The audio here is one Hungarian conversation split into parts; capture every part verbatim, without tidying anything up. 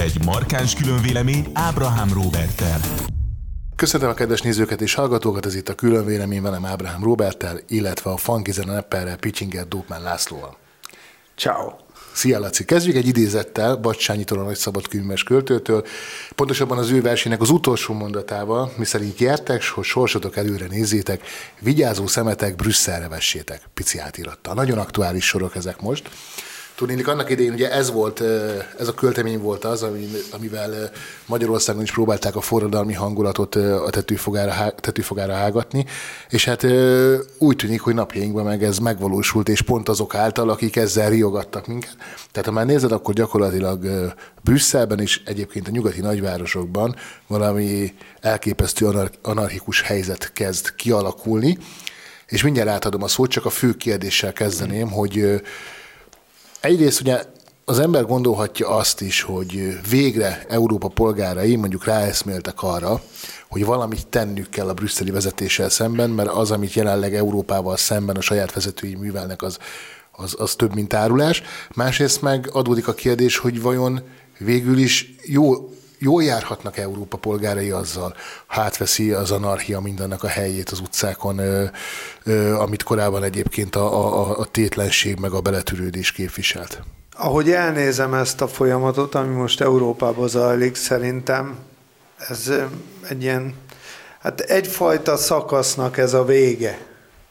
Egy markáns különvélemény Ábrahám Róberttel. Köszönöm a kedves nézőket és hallgatókat, ez itt a különvélemény velem Ábrahám Róberttel, illetve a Funky Zene Nepperrel, Pitchinger Dópman Lászlóval. Ciao. Szia, Laci! Kezdjük egy idézettel Batthyányitól, a nagyszabadkönyves költőtől, pontosabban az ő versének az utolsó mondatával, miszerint gyertek, hogy sorsotok előre nézzétek, vigyázó szemetek Brüsszelre vessétek, pici átirattal. Nagyon aktuális sorok ezek most. Tudnélik, annak idején ugye ez volt, ez a költemény volt az, amivel Magyarországon is próbálták a forradalmi hangulatot a tetőfogára, tetőfogára hágatni, és hát úgy tűnik, hogy napjainkban meg ez megvalósult, és pont azok által, akik ezzel riogattak minket. Tehát ha már nézed, akkor gyakorlatilag Brüsszelben és egyébként a nyugati nagyvárosokban valami elképesztő anar- anarchikus helyzet kezd kialakulni, és mindjárt átadom a szót, csak a fő kérdéssel kezdeném, hogy egyrészt ugye az ember gondolhatja azt is, hogy végre Európa polgárai mondjuk ráeszméltek arra, hogy valamit tennük kell a brüsszeli vezetéssel szemben, mert az, amit jelenleg Európával szemben a saját vezetői művelnek, az, az, az több, mint árulás. Másrészt meg adódik a kérdés, hogy vajon végül is jó, jól járhatnak Európa polgárai azzal, hátveszi az anarchia mindennek a helyét az utcákon, ö, ö, amit korábban egyébként a, a, a tétlenség meg a beletűrődés képviselt. Ahogy elnézem ezt a folyamatot, ami most Európában zajlik, szerintem ez egy ilyen, hát egyfajta szakasznak ez a vége.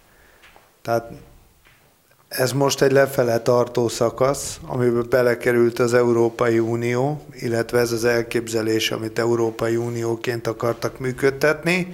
Tehát ez most egy lefele tartó szakasz, amiben belekerült az Európai Unió, illetve ez az elképzelés, amit Európai Unióként akartak működtetni.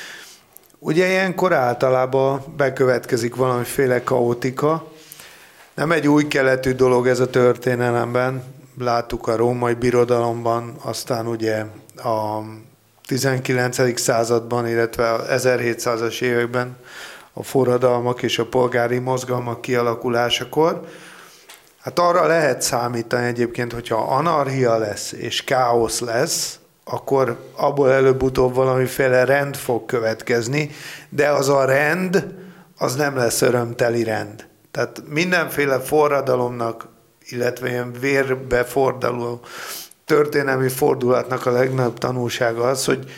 Ugye ilyenkor általában bekövetkezik valamiféle kaotika. Nem egy új keletű dolog ez a történelemben. Láttuk a római birodalomban, aztán ugye a tizenkilencedik században, illetve az ezerhétszázas években, a forradalmak és a polgári mozgalmak kialakulásakor. Hát arra lehet számítani egyébként, hogyha anarchia lesz és káosz lesz, akkor abból előbb-utóbb valamiféle rend fog következni, de az a rend, az nem lesz örömteli rend. Tehát mindenféle forradalomnak, illetve ilyen vérbe forduló történelmi fordulatnak a legnagyobb tanulsága az, hogy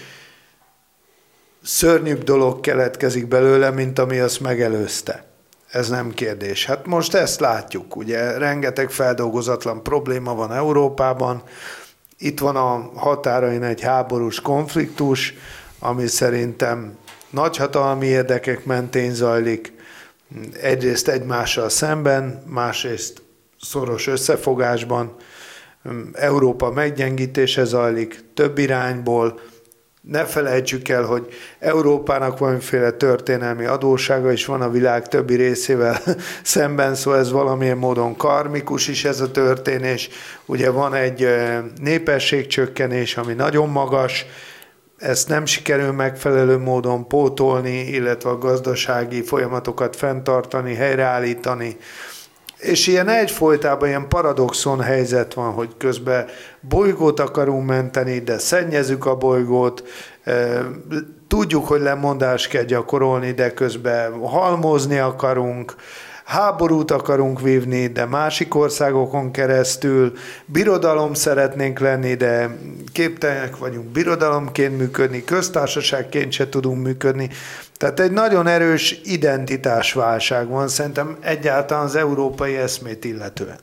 szörnyűbb dolog keletkezik belőle, mint ami azt megelőzte. Ez nem kérdés. Hát most ezt látjuk, ugye rengeteg feldolgozatlan probléma van Európában, itt van a határain egy háborús konfliktus, ami szerintem nagyhatalmi érdekek mentén zajlik, egyrészt egymással szemben, másrészt szoros összefogásban, Európa meggyengítése zajlik több irányból. Ne felejtsük el, hogy Európának valamiféle történelmi adóssága is van a világ többi részével szemben, szóval ez valamilyen módon karmikus is ez a történés. Ugye van egy népességcsökkenés, ami nagyon magas, ezt nem sikerül megfelelő módon pótolni, illetve a gazdasági folyamatokat fenntartani, helyreállítani. És ilyen egyfolytában ilyen paradoxon helyzet van, hogy közben bolygót akarunk menteni, de szennyezük a bolygót, tudjuk, hogy lemondást kell gyakorolni, de közben halmozni akarunk, háborút akarunk vívni, de másik országokon keresztül, birodalom szeretnénk lenni, de képtelenek vagyunk birodalomként működni, köztársaságként se tudunk működni. Tehát egy nagyon erős identitásválság van, szerintem egyáltalán az európai eszmét illetően.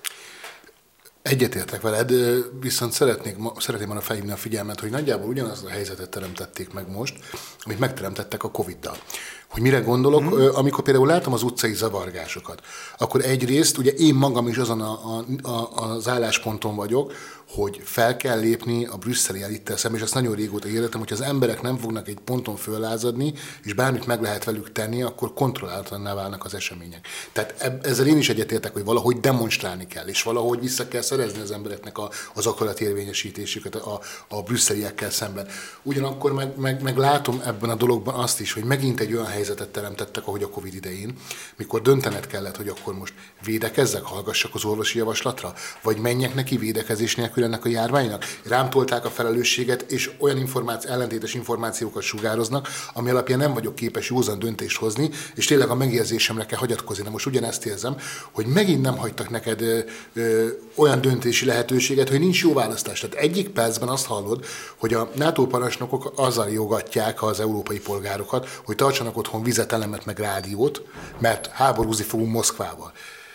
Egyetértek veled, viszont szeretnék, szeretném arra felhívni a figyelmet, hogy nagyjából ugyanazt a helyzetet teremtették meg most, amit megteremtettek a Coviddal. Hogy mire gondolok, mm. amikor például látom az utcai zavargásokat, akkor egyrészt, ugye én magam is azon a, a, a, az állásponton vagyok, hogy fel kell lépni a brüsszeli elittel szemben, és ezt nagyon régóta értem, hogy az emberek nem fognak egy ponton föllázadni, és bármit meg lehet velük tenni, akkor kontrollálatlanná válnak az események. Tehát ezzel én is egyetértek, hogy valahogy demonstrálni kell, és valahogy vissza kell szerezni az embereknek a, az akaratérvényesítésüket a, a brüsszeliekkel szemben. Ugyanakkor meg, meg, meg látom ebben a dologban azt is, hogy megint egy olyan helyzet helyzetet teremtettek, ahogy a Covid idején, mikor döntened kellett, hogy akkor most védekezzek, hallgassak az orvosi javaslatra, vagy menjek neki védekezés nélkül ennek a járványnak. Rám tolták a felelősséget, és olyan információ, ellentétes információkat sugároznak, ami alapján nem vagyok képes józan döntést hozni, és tényleg a megérzésemre kell hagyatkozni. Na most ugyanezt érzem, hogy megint nem hagytak neked ö, ö, olyan döntési lehetőséget, hogy nincs jó választás. Tehát egyik percben azt hallod, hogy a NATO parancsnokok azzal jogatják az európai polgárokat, hogy tartsanak otthon vizet, elemet, meg rádiót, mert háborúzni fogunk Moszkvával.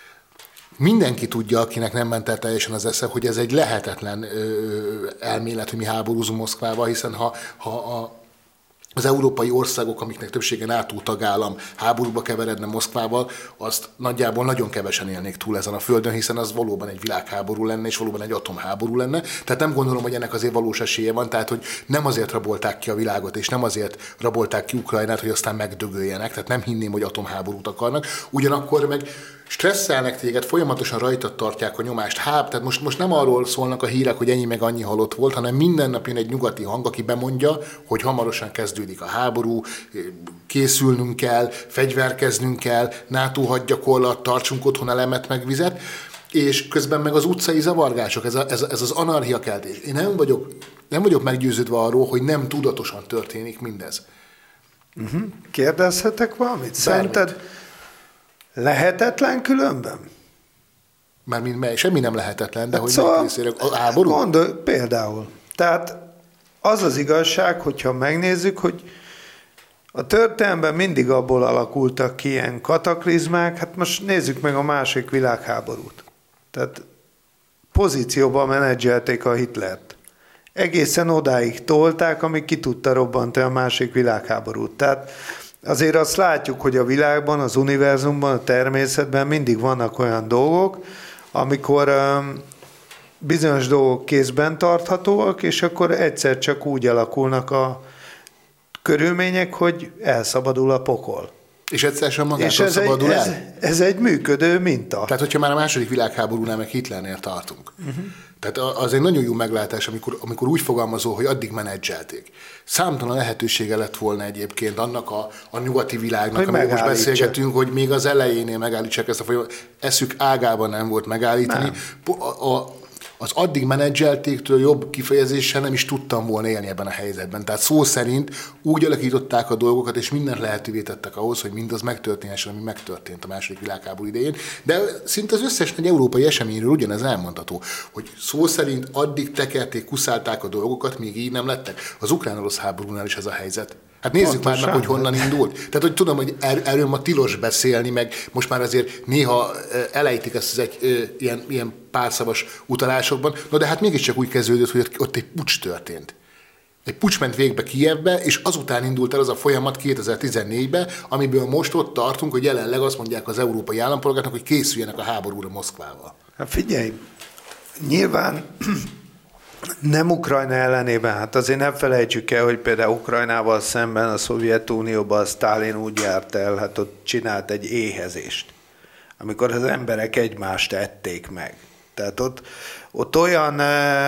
Mindenki tudja, akinek nem ment el teljesen az esze, hogy ez egy lehetetlen ö, elmélet, hogy mi háborúzunk Moszkvával, hiszen ha, ha a az európai országok, amiknek többsége NATO tagállam háborúba keveredne Moszkvával, azt nagyjából nagyon kevesen élnék túl ezen a földön, hiszen az valóban egy világháború lenne, és valóban egy atomháború lenne. Tehát nem gondolom, hogy ennek azért valós esélye van, tehát hogy nem azért rabolták ki a világot, és nem azért rabolták ki Ukrajnát, hogy aztán megdögöljenek, tehát nem hinném, hogy atomháborút akarnak. Ugyanakkor meg stresszelnek téged, folyamatosan rajtad tartják a nyomást. Hát, tehát most, most nem arról szólnak a hírek, hogy ennyi meg annyi halott volt, hanem minden nap jön egy nyugati hang, aki bemondja, hogy hamarosan kezdődik a háború, készülnünk kell, fegyverkeznünk kell, NATO hadgyakorlat, tartsunk otthon elemet meg vizet, és közben meg az utcai zavargások, ez, a, ez, ez az anarchiakeltés. Én nem vagyok, nem vagyok meggyőződve arról, hogy nem tudatosan történik mindez. Uh-huh. Kérdezhetek valamit? Szerinted lehetetlen különben? Mármint mely, semmi nem lehetetlen, de hát hogy szóval, megkészülök. A háború? Gondolj, például. Tehát az az igazság, hogyha megnézzük, hogy a történelemben mindig abból alakultak ki ilyen kataklizmák, hát most nézzük meg a második világháborút. Tehát pozícióban menedzselték a Hitlert. Egészen odáig tolták, amíg ki tudta robbantani a második világháborút. Tehát azért azt látjuk, hogy a világban, az univerzumban, a természetben mindig vannak olyan dolgok, amikor bizonyos dolgok kézben tarthatóak, és akkor egyszer csak úgy alakulnak a körülmények, hogy elszabadul a pokol. És egyszer sem magától szabadul ez, el? ez egy működő minta. Tehát, hogyha már a második világháborúnál meg Hitlernél tartunk. Uh-huh. Tehát az egy nagyon jó meglátás, amikor, amikor úgy fogalmazol, hogy addig menedzselték. Számtalan lehetősége lett volna egyébként annak a, a nyugati világnak, hogy amiről most beszélgetünk, hogy még az elejénél megállítsák ezt a folyamatot. Eszük ágában nem volt megállítani. Nem. A, a, az addig menedzseltéktől jobb kifejezéssel nem is tudtam volna élni ebben a helyzetben. Tehát szó szerint úgy alakították a dolgokat, és mindent lehetővé tettek ahhoz, hogy mindaz megtörténhessen, ami megtörtént a második világháború idején. De szinte az összes nagy európai eseményről ugyanez elmondható, hogy szó szerint addig tekerték, kuszálták a dolgokat, még így nem lettek. Az ukrán-orosz háborúnál is ez a helyzet. Hát nézzük Pontosan. már meg, hogy honnan indult. Tehát, hogy tudom, hogy er, erről ma tilos beszélni, meg most már azért néha elejtik ezt az egy ilyen, ilyen párszavas utalásokban, no de hát mégiscsak úgy kezdődött, hogy ott egy puccs történt. Egy puccs ment végbe Kijevbe, és azután indult el az a folyamat kétezer-tizennégyben, amiből most ott tartunk, hogy jelenleg azt mondják az európai állampolgárnak, hogy készüljenek a háborúra Moszkvával. Hát figyelj, nyilván nem Ukrajna ellenében, hát azért nem felejtsük el, hogy például Ukrajnával szemben a Szovjetunióban a Sztálin úgy járt el, hát ott csinált egy éhezést, amikor az emberek egymást ették meg. Tehát ott, ott olyan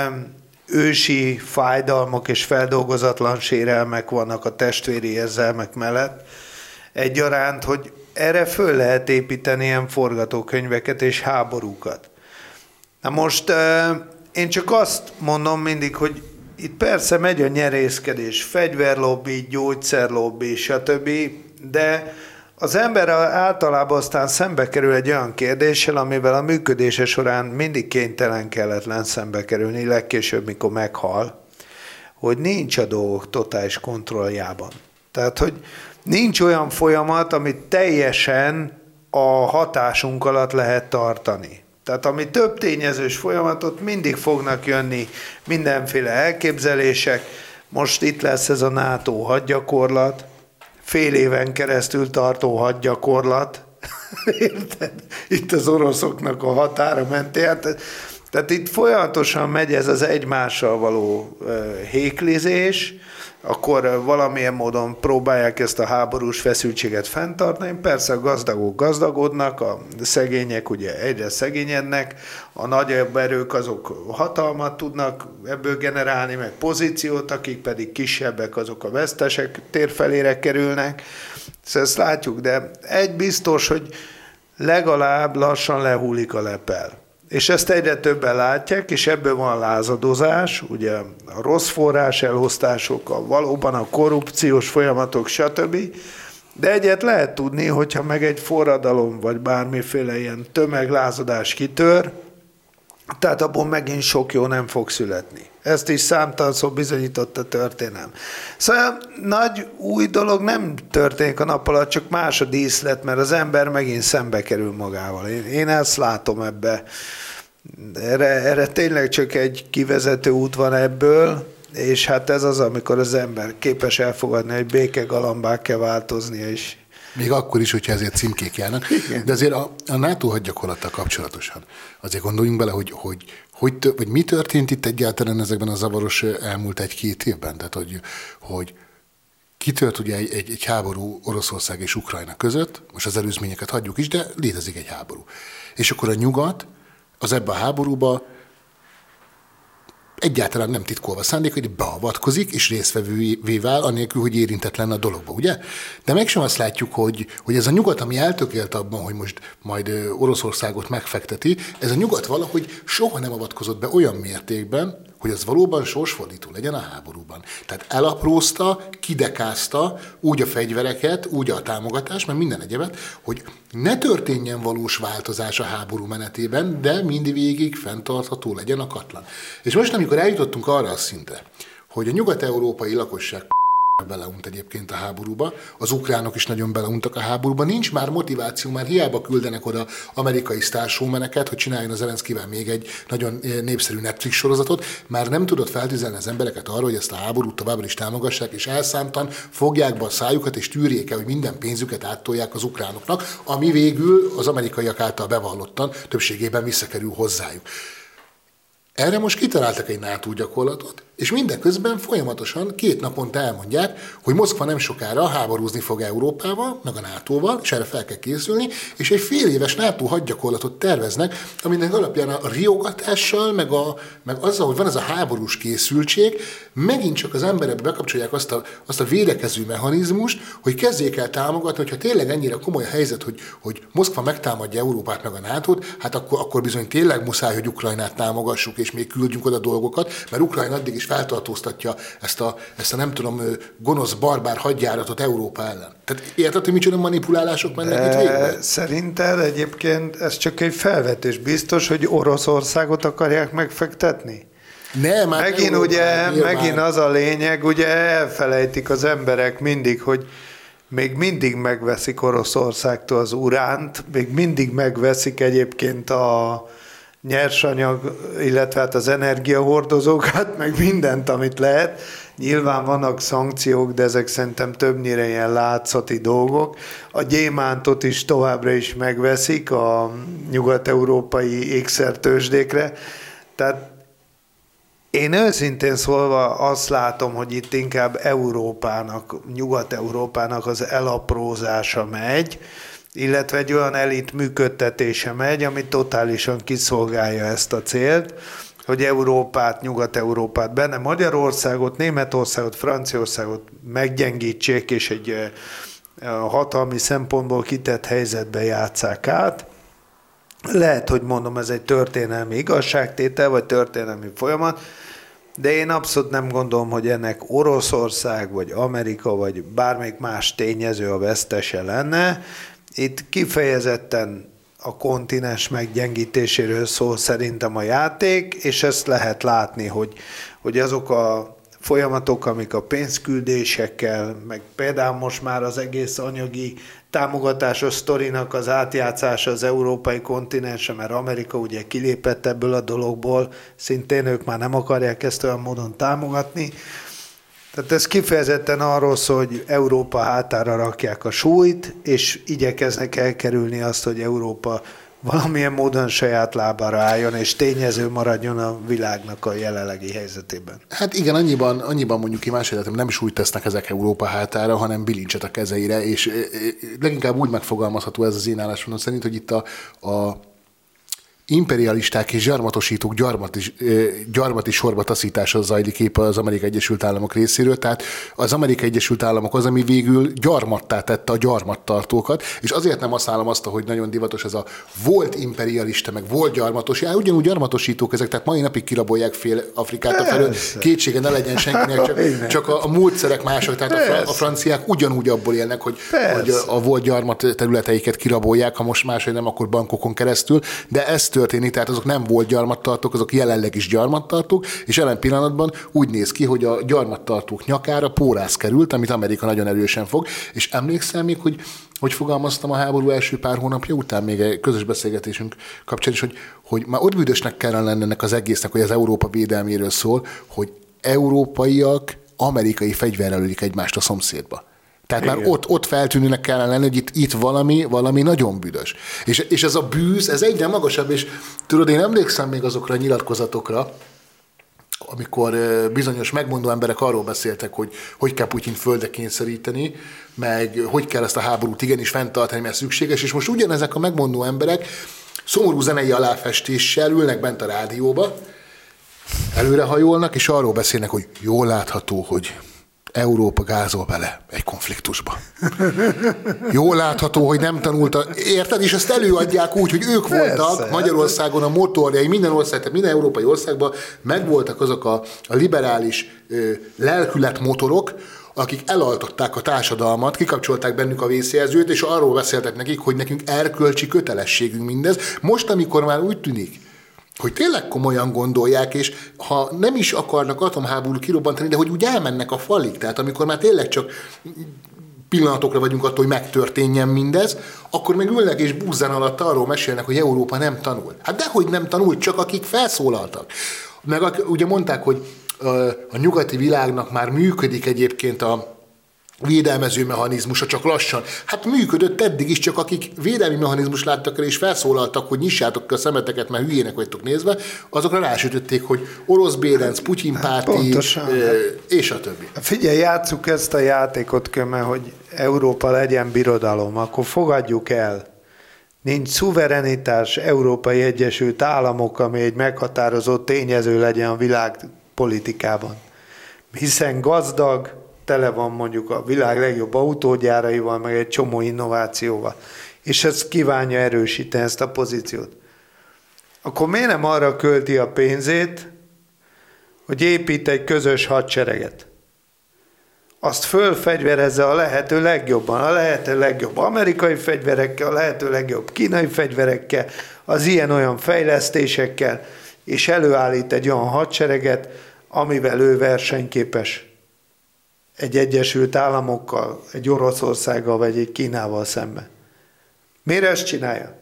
ősi fájdalmak és feldolgozatlan sérelmek vannak a testvéri érzelmek mellett egyaránt, hogy erre föl lehet építeni ilyen forgatókönyveket és háborúkat. Na most én csak azt mondom mindig, hogy itt persze megy a nyerészkedés, fegyverlobbi, gyógyszerlobbi, stb., de az ember általában aztán szembe kerül egy olyan kérdéssel, amivel a működése során mindig kénytelen kelletlen szembe kerülni, legkésőbb, mikor meghal, hogy nincs a dolgok totális kontrolljában. Tehát, hogy nincs olyan folyamat, amit teljesen a hatásunk alatt lehet tartani. Tehát ami több tényezős folyamatot, mindig fognak jönni mindenféle elképzelések. Most itt lesz ez a NATO hadgyakorlat, fél éven keresztül tartó hadgyakorlat. Érted? Itt az oroszoknak a határa mentén. Tehát itt folyamatosan megy ez az egymással való héklizés, akkor valamilyen módon próbálják ezt a háborús feszültséget fenntartani. Persze a gazdagok gazdagodnak, a szegények ugye egyre szegényednek, a nagyobb erők azok hatalmat tudnak ebből generálni, meg pozíciót, akik pedig kisebbek, azok a vesztesek térfelére kerülnek. Szóval ezt látjuk, de egy biztos, hogy legalább lassan lehullik a lepel. És ezt egyre többen látják, és ebből van a lázadozás, ugye a rossz forrás elosztások, a valóban a korrupciós folyamatok, stb. De egyet lehet tudni, hogyha meg egy forradalom, vagy bármiféle ilyen tömeglázadás kitör, tehát abból megint sok jó nem fog születni. Ezt is számtalanszor bizonyított a történelem. Szóval nagy új dolog nem történik a nap alatt, csak más a díszlet, mert az ember megint szembe kerül magával. Én, én ezt látom ebbe. Erre, erre tényleg csak egy kivezető út van ebből, és hát ez az, amikor az ember képes elfogadni, hogy békegalambá kell változnia is. Még akkor is, hogyha ezért címkék járnak. Igen. De azért a, a NATO hadgyakorlattal kapcsolatosan azért gondoljunk bele, hogy, hogy, hogy, hogy mi történt itt egyáltalán ezekben a zavaros elmúlt egy-két évben. Tehát, hogy, hogy kitört ugye egy, egy, egy háború Oroszország és Ukrajna között, most az előzményeket hagyjuk is, de létezik egy háború. És akkor a nyugat az ebbe a háborúba egyáltalán nem titkolva szándék, hogy beavatkozik és résztvevővé vál, anélkül, hogy érintett lenne a dologba, ugye? De mégsem azt látjuk, hogy, hogy ez a nyugat, ami eltökélt abban, hogy most majd Oroszországot megfekteti, ez a nyugat valahogy soha nem avatkozott be olyan mértékben, hogy az valóban sorsfordító legyen a háborúban. Tehát elaprózta, kidekázta úgy a fegyvereket, úgy a támogatást, mert minden egyebet, hogy ne történjen valós változás a háború menetében, de mindvégig fenntartható legyen a katlan. És most, amikor eljutottunk arra a szintre, hogy a nyugat-európai lakosság beleunt egyébként a háborúba, az ukránok is nagyon beleuntak a háborúba, nincs már motiváció, már hiába küldenek oda amerikai sztárshowmeneket, hogy csináljon az Zelenszkivel még egy nagyon népszerű Netflix sorozatot, már nem tudott feltűzelni az embereket arra, hogy ezt a háborút továbbra is támogassák, és elszántan fogják be a szájukat, és tűrjék el, hogy minden pénzüket áttolják az ukránoknak, ami végül az amerikaiak által bevallottan többségében visszakerül hozzájuk. Erre most kitaláltak egy NATO gyakorlatot, és mindeközben folyamatosan két naponta elmondják, hogy Moszkva nem sokára háborúzni fog Európával, meg a nátóval, és erre fel kell készülni, és egy fél éves NATO hadgyakorlatot terveznek, aminek alapján a riogatással, meg, a, meg azzal, hogy van ez a háborús készültség, megint csak az emberekbe bekapcsolják azt a, azt a védekező mechanizmust, hogy kezdjék el támogatni, hogyha tényleg ennyire komoly a helyzet, hogy, hogy Moszkva megtámadja Európát meg a nátót, hát akkor, akkor bizony tényleg muszáj, hogy Ukrajnát támogassuk, és még küldjünk oda dolgokat, mert Ukrajna addig is feltartóztatja ezt a, ezt a nem tudom, gonosz, barbár hadjáratot Európa ellen. Tehát érted, hogy micsoda manipulálások mennek itt végbe? Szerinted egyébként ez csak egy felvetés. Biztos, hogy Oroszországot akarják megfektetni? Nem, már megint Európa, ugye, nyilván. megint az a lényeg, ugye elfelejtik az emberek mindig, hogy még mindig megveszik Oroszországtól az uránt, még mindig megveszik egyébként a nyersanyag, illetve hát az energiahordozókat, meg mindent, amit lehet. Nyilván vannak szankciók, de ezek szerintem többnyire ilyen látszati dolgok. A gyémántot is továbbra is megveszik a nyugat-európai ékszertőzsdékre. Tehát én őszintén szólva azt látom, hogy itt inkább Európának, Nyugat-Európának az elaprózása megy, illetve egy olyan elit működtetése megy, ami totálisan kiszolgálja ezt a célt, hogy Európát, Nyugat-Európát, benne Magyarországot, Németországot, Franciaországot meggyengítsék, és egy hatalmi szempontból kitett helyzetbe játsszák át. Lehet, hogy mondom, ez egy történelmi igazságtétel, vagy történelmi folyamat, de én abszolút nem gondolom, hogy ennek Oroszország, vagy Amerika, vagy bármelyik más tényező a vesztese lenne. Itt kifejezetten a kontinens meggyengítéséről szól szerintem a játék, és ezt lehet látni, hogy, hogy azok a folyamatok, amik a pénzküldésekkel, meg például most már az egész anyagi támogatásos sztorinak az átjátszása az európai kontinensre, mert Amerika ugye kilépett ebből a dologból, szintén ők már nem akarják ezt olyan módon támogatni. Tehát ez kifejezetten arról szól, hogy Európa hátára rakják a súlyt, és igyekeznek elkerülni azt, hogy Európa valamilyen módon saját lábára álljon, és tényező maradjon a világnak a jelenlegi helyzetében. Hát igen, annyiban, annyiban mondjuk ki más életem, nem is úgy tesznek ezek Európa hátára, hanem bilincset a kezeire, és leginkább úgy megfogalmazható ez az én álláspontom szerint, hogy itt a, a imperialisták és gyarmatosítók gyarmati, gyarmati sorba taszítása zajlik épp az Amerikai Egyesült Államok részéről, tehát az Amerikai Egyesült Államok az, ami végül gyarmattá tette a gyarmattartókat, és azért nem használom azt, hogy nagyon divatos ez a volt imperialista, meg volt gyarmatos, já, ugyanúgy gyarmatosítók ezek, tehát mai napig kirabolják fél Afrikát a felől, kétsége ne legyen senkinek, csak, csak a, a módszerek mások, tehát a, a franciák ugyanúgy abból élnek, hogy, hogy a, a volt gyarmat területeiket kirabolják, ha most máshogy nem, akkor bankokon keresztül, de ez történik, tehát azok nem volt gyarmattartók, azok jelenleg is gyarmattartók, és jelen pillanatban úgy néz ki, hogy a gyarmattartók nyakára pórász került, amit Amerika nagyon erősen fog, és emlékszel még, hogy hogy fogalmaztam a háború első pár hónapja után, még egy közös beszélgetésünk kapcsán is, hogy, hogy már ott büdösnek kellene lenni ennek az egésznek, hogy az Európa védelméről szól, hogy európaiak amerikai fegyverrel ölik egymást a szomszédba. Tehát igen. Már ott, ott feltűnőnek kellene lenni, hogy itt, itt valami, valami nagyon büdös. És, és ez a bűz, ez egyre magasabb, és tudod, én emlékszem még azokra a nyilatkozatokra, amikor bizonyos megmondó emberek arról beszéltek, hogy hogy kell Putyint földre kényszeríteni, meg hogy kell ezt a háborút igenis fenntartani, mert szükséges, és most ugyanezek a megmondó emberek szomorú zenei aláfestéssel ülnek bent a rádióba, előrehajolnak, és arról beszélnek, hogy jól látható, hogy Európa gázol bele egy konfliktusba. Jól látható, hogy nem tanulta. Érted? És ezt előadják úgy, hogy ők voltak Persze. Magyarországon a motorjai, minden ország, tehát minden európai országban megvoltak azok a, a liberális ö, lelkületmotorok, akik elaltották a társadalmat, kikapcsolták bennük a vészjelzőt, és arról beszéltek nekik, hogy nekünk erkölcsi kötelességünk mindez. Most, amikor már úgy tűnik, hogy tényleg komolyan gondolják, és ha nem is akarnak atomháború kirobbantani, de hogy úgy elmennek a falig, tehát amikor már tényleg csak pillanatokra vagyunk attól, hogy megtörténjen mindez, akkor meg ülnek és búzzán alatt arról mesélnek, hogy Európa nem tanul. Hát dehogy nem tanult, csak akik felszólaltak. Meg ugye mondták, hogy a nyugati világnak már működik egyébként a védelmező mechanizmusa, csak lassan. Hát működött eddig is, csak akik védelmi mechanizmus láttak el és felszólaltak, hogy nyissátok ki a szemeteket, mert hülyének vagytok nézve, azokra rásütötték, hogy orosz bérenc, Putyin párti, és a többi. Figyelj, játsszuk ezt a játékot, köme, hogy Európa legyen birodalom, akkor fogadjuk el. Nincs szuverenitás, Európai Egyesült Államok, ami egy meghatározott tényező legyen a világ politikában. Hiszen gazdag, tele van mondjuk a világ legjobb autógyáraival, meg egy csomó innovációval, és ez kívánja erősíteni ezt a pozíciót. Akkor miért nem arra költi a pénzét, hogy épít egy közös hadsereget? Azt fölfegyverezze a lehető legjobban, a lehető legjobb amerikai fegyverekkel, a lehető legjobb kínai fegyverekkel, az ilyen-olyan fejlesztésekkel, és előállít egy olyan hadsereget, amivel ő versenyképes. Egy Egyesült Államokkal, egy Oroszországgal, vagy egy Kínával szemben. Miért ezt csinálja?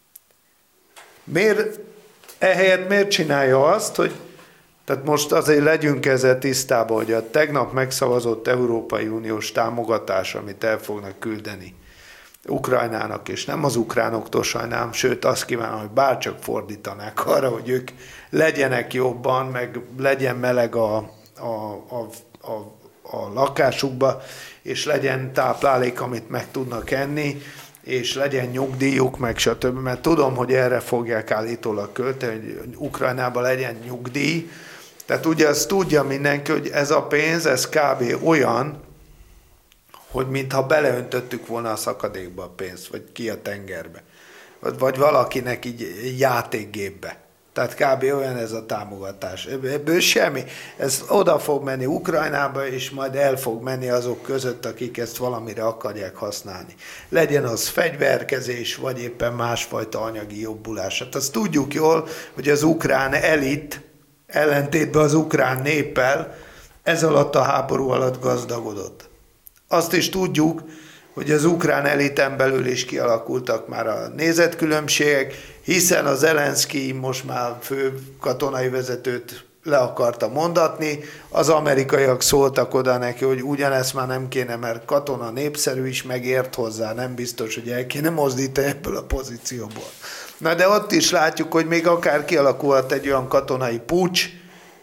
Miért, ehelyett miért csinálja azt, hogy tehát most azért legyünk ezzel tisztában, hogy a tegnap megszavazott Európai Uniós támogatás, amit el fognak küldeni Ukrajnának, és nem az ukránoktól sajnálom, sőt azt kívánom, hogy bárcsak fordítanák arra, hogy ők legyenek jobban, meg legyen meleg a, a, a, a a lakásukba, és legyen táplálék, amit meg tudnak enni, és legyen nyugdíjuk, meg stb. Mert tudom, hogy erre fogják állítólag költeni, hogy Ukrajnában legyen nyugdíj. Tehát ugye azt tudja mindenki, hogy ez a pénz, ez kb. Olyan, hogy mintha beleöntöttük volna a szakadékba a pénzt, vagy ki a tengerbe. Vagy, vagy valakinek így játékgépbe. Tehát kb. Olyan ez a támogatás. Ebből semmi. Ez oda fog menni Ukrajnába, és majd el fog menni azok között, akik ezt valamire akarják használni. Legyen az fegyverkezés, vagy éppen másfajta anyagi jobbulás. Hát azt tudjuk jól, hogy az ukrán elit, ellentétben az ukrán néppel, ez alatt a háború alatt gazdagodott. Azt is tudjuk, hogy az ukrán eliten belül is kialakultak már a nézetkülönbségek, hiszen az Zelenszkij most már fő katonai vezetőt le akarta mondatni, az amerikaiak szóltak oda neki, hogy ugyanezt már nem kéne, mert katona népszerű is, megért hozzá, nem biztos, hogy el kéne mozdítani ebből a pozícióból. Na de ott is látjuk, hogy még akár kialakulhat egy olyan katonai puccs,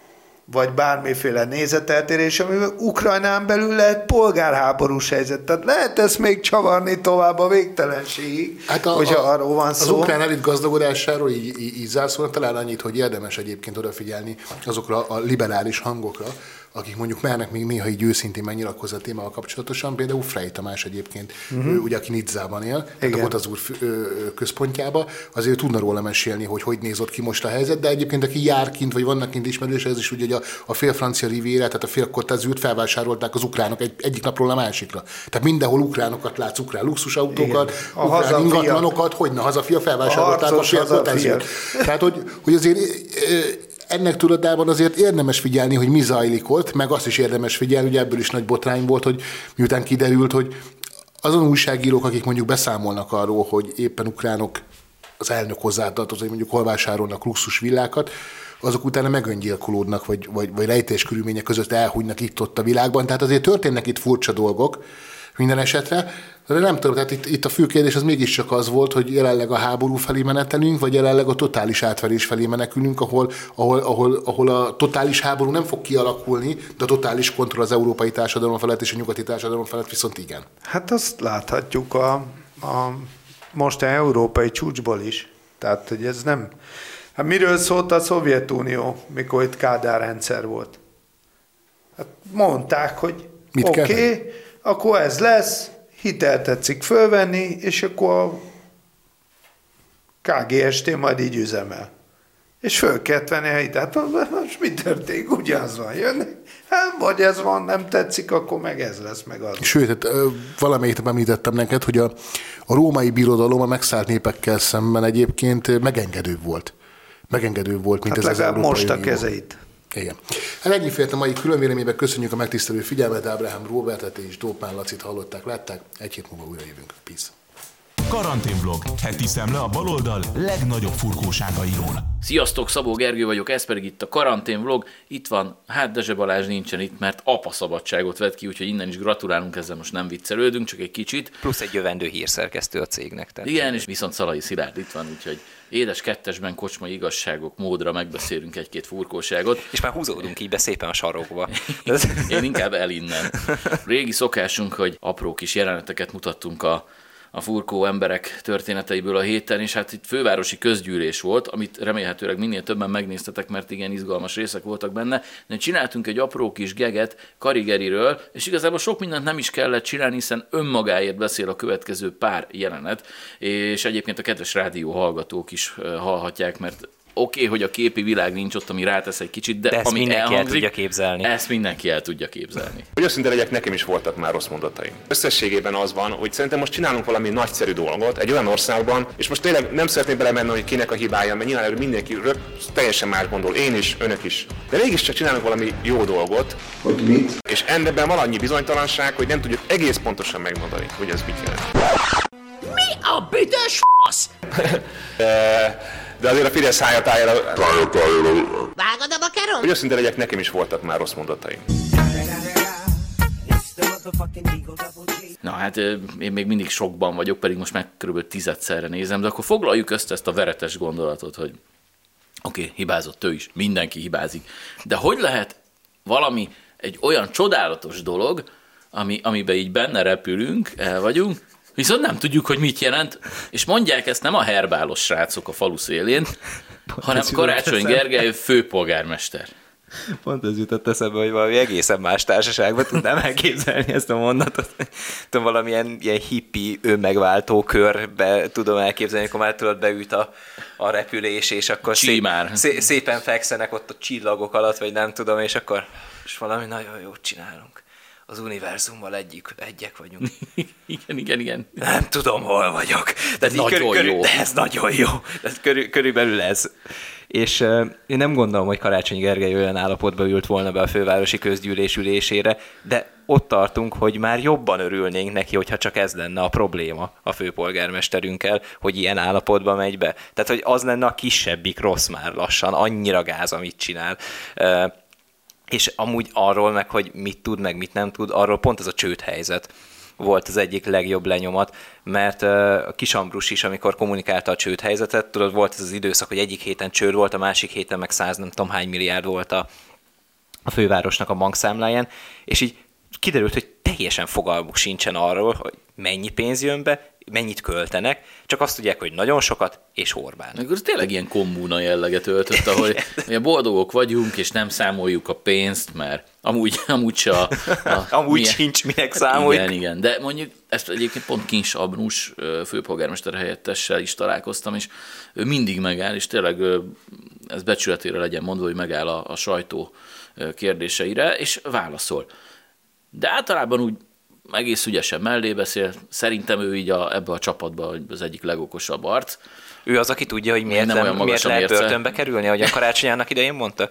vagy bármiféle nézeteltérés, amivel Ukrajnán belül lehet polgárháborús helyzet. Tehát lehet ezt még csavarni tovább a végtelenségig, hát a, hogyha a, arról van szó. Az ukrán elit gazdagodásáról így, így, így zárszónak talán annyit, hogy érdemes egyébként odafigyelni azokra a liberális hangokra, akik mondjuk mernek még néha így őszintén megnyilatkozni a témával kapcsolatosan, például Frey Tamás egyébként, uh-huh. ő, ugye, aki Nizzában él, tehát ott az úr központjába, azért tudna róla mesélni, hogy hogy nézott ki most a helyzet, de egyébként aki jár kint, vagy vannak kint ismerős, ez is ugye, hogy a, a fél francia riviera, tehát a fél Côte d'Azurt felvásárolták az ukránok egy, egyik napról a másikra. Tehát mindenhol ukránokat látsz, ukrán luxusautókat, igen. ukrán ingatlanokat, hogyne hazafia felvásárolták a, a fél Côte d'Azurt. Tehát, hogy, hogy azért ennek tudatában azért érdemes figyelni, hogy mi zajlik ott, meg azt is érdemes figyelni, hogy ebből is nagy botrány volt, hogy miután kiderült, hogy azon újságírók, akik mondjuk beszámolnak arról, hogy éppen ukránok az elnök hozzátartozó, hogy mondjuk hol vásárolnak luxus villákat, azok utána megöngyilkolódnak, vagy, vagy, vagy rejtés körülmények között elhunynak itt-ott a világban. Tehát azért történnek itt furcsa dolgok minden esetre. De nem tudom, tehát itt, itt a fő kérdés az mégiscsak az volt, hogy jelenleg a háború felé menetelünk, vagy jelenleg a totális átverés felé menekülünk, ahol, ahol, ahol, ahol a totális háború nem fog kialakulni, de a totális kontroll az európai társadalom felett és a nyugati társadalom felett viszont igen. Hát azt láthatjuk a, a most európai csúcsból is. Tehát, hogy ez nem... Hát miről szólt a Szovjetunió, mikor itt Kádár rendszer volt? Hát mondták, hogy oké, okay, akkor ez lesz, hitelt tetszik fölvenni, és akkor a ká gé es té majd így üzemel. És föl kellett venni a hitelt. Most mi történik? Ugyanaz van jönni. Hát, vagy ez van, nem tetszik, akkor meg ez lesz, meg az. Sőt, hát, valamelyik említettem neked, hogy a, a római birodalom a megszállt népekkel szemben egyébként megengedőbb volt. Megengedőbb volt, mint hát ez az Európai most a Unió. kezeit. Igen. Hát ennyi félt a mai különvéleményben. Köszönjük a megtisztelő figyelmet, Ábrahám Róbertet és Dópán Lacit hallották, látták. Egy hét múlva újra jövünk. Peace. Karanténvlog. Heti szemle a baloldal legnagyobb furkóságairól. Sziasztok, Szabó Gergő vagyok, ez pedig itt a karanténvlog. Itt van, hát Dezse Balázs nincsen itt, mert apa szabadságot vett ki, úgyhogy innen is gratulálunk, ezzel most nem viccelődünk, csak egy kicsit. Plusz egy jövendő hírszerkesztő a cégnek. Tehát igen, és viszont Szalai Szilárd itt van, úgyhogy édes kettesben kocsmai igazságok módra megbeszélünk egy-két furkóságot. És már húzódunk így be szépen a sarokba. Én inkább el innen. Régi szokásunk, hogy apró kis jeleneteket mutattunk a a furkó emberek történeteiből a héten, és hát itt fővárosi közgyűlés volt, amit remélhetőleg minél többen megnéztetek, mert igen izgalmas részek voltak benne, de csináltunk egy apró kis geget Karigeriről, és igazából sok mindent nem is kellett csinálni, hiszen önmagáért beszél a következő pár jelenet, és egyébként a kedves rádió hallgatók is hallhatják, mert oké, okay, hogy a képi világ nincs ott, ami rátesz egy kicsit, de, de ezt ami mindenki elhangzik, el tudja képzelni. Ezt mindenki el tudja képzelni. Hogy őszinte legyek, nekem is voltak már rossz mondataim. Összességében az van, hogy szerintem most csinálunk valami nagyszerű dolgot egy olyan országban, és most tényleg nem szeretnék belemenni, hogy kinek a hibája, mert nyilván erről mindenki rög, teljesen más gondol, én is, önök is. De mégiscsak csinálunk valami jó dolgot. Hogy mit? És ennek van annyi bizonytalanság, hogy nem tudjuk egész pontosan megmondani, hogy ez mit jelent. Mi a büdös fasz? De azért a Fidesz hájatájára... Vágod a bakarom? Hogy őszinte legyek, nekem is voltak már rossz mondataim. Na hát én még mindig sokban vagyok, pedig most már kb. Tizedszerre nézem, de akkor foglaljuk össze ezt a veretes gondolatot, hogy oké, okay, hibázott ő is, mindenki hibázik, de hogy lehet valami egy olyan csodálatos dolog, ami, amiben így benne repülünk, el vagyunk, viszont nem tudjuk, hogy mit jelent, és mondják ezt nem a herbálos srácok a falu szélén, pont hanem Karácsony Gergely főpolgármester. Pont ez jutott eszembe, hogy valami egészen más társaságban tudnám elképzelni ezt a mondatot. Tudom, valamilyen ilyen hippi önmegváltó körbe tudom elképzelni, akkor már tudod beült a, a repülés, és akkor szép, szé, szépen fekszenek ott a csillagok alatt, vagy nem tudom, és akkor és valami nagyon jót csinálunk. Az univerzummal egyik, egyek vagyunk. Igen, igen, igen. Nem tudom, hol vagyok. De ez nagyon körül, körül, jó. De ez nagyon jó. De ez körül, körülbelül ez. És uh, én nem gondolom, hogy Karácsony Gergely olyan állapotba ült volna be a fővárosi közgyűlés ülésére, de ott tartunk, hogy már jobban örülnénk neki, hogyha csak ez lenne a probléma a főpolgármesterünkkel, hogy ilyen állapotba megy be. Tehát, hogy az lenne a kisebbik rossz már lassan, annyira gáz, amit csinál. Uh, És amúgy arról meg, hogy mit tud, meg mit nem tud, arról pont ez a csődhelyzet volt az egyik legjobb lenyomat, mert a Kis Ambrus is, amikor kommunikálta a csődhelyzetet, tudod, volt ez az időszak, hogy egyik héten csőd volt, a másik héten meg száz nem tudom hány milliárd volt a, a fővárosnak a bankszámláján, és így kiderült, hogy teljesen fogalmuk sincsen arról, hogy mennyi pénz jön be, mennyit költenek, csak azt tudják, hogy nagyon sokat, és Orbán. Akkor tényleg ilyen kommuna jelleget öltött, ahol boldogok vagyunk, és nem számoljuk a pénzt, mert amúgy, amúgy se a... a amúgy milyen, sincs, minek számoljuk. Igen, igen, de mondjuk ezt egyébként pont Kincs Abnus főpolgármester helyettessel is találkoztam, és ő mindig megáll, és tényleg ez becsületére legyen mondva, hogy megáll a, a sajtó kérdéseire, és válaszol. De általában úgy egész ügyesen mellé beszél. Szerintem ő így a, ebbe a csapatban az egyik legokosabb arc. Ő az, aki tudja, hogy miért, nem, miért lehet börtönbe kerülni, ahogy a Karácsonyának idején mondta?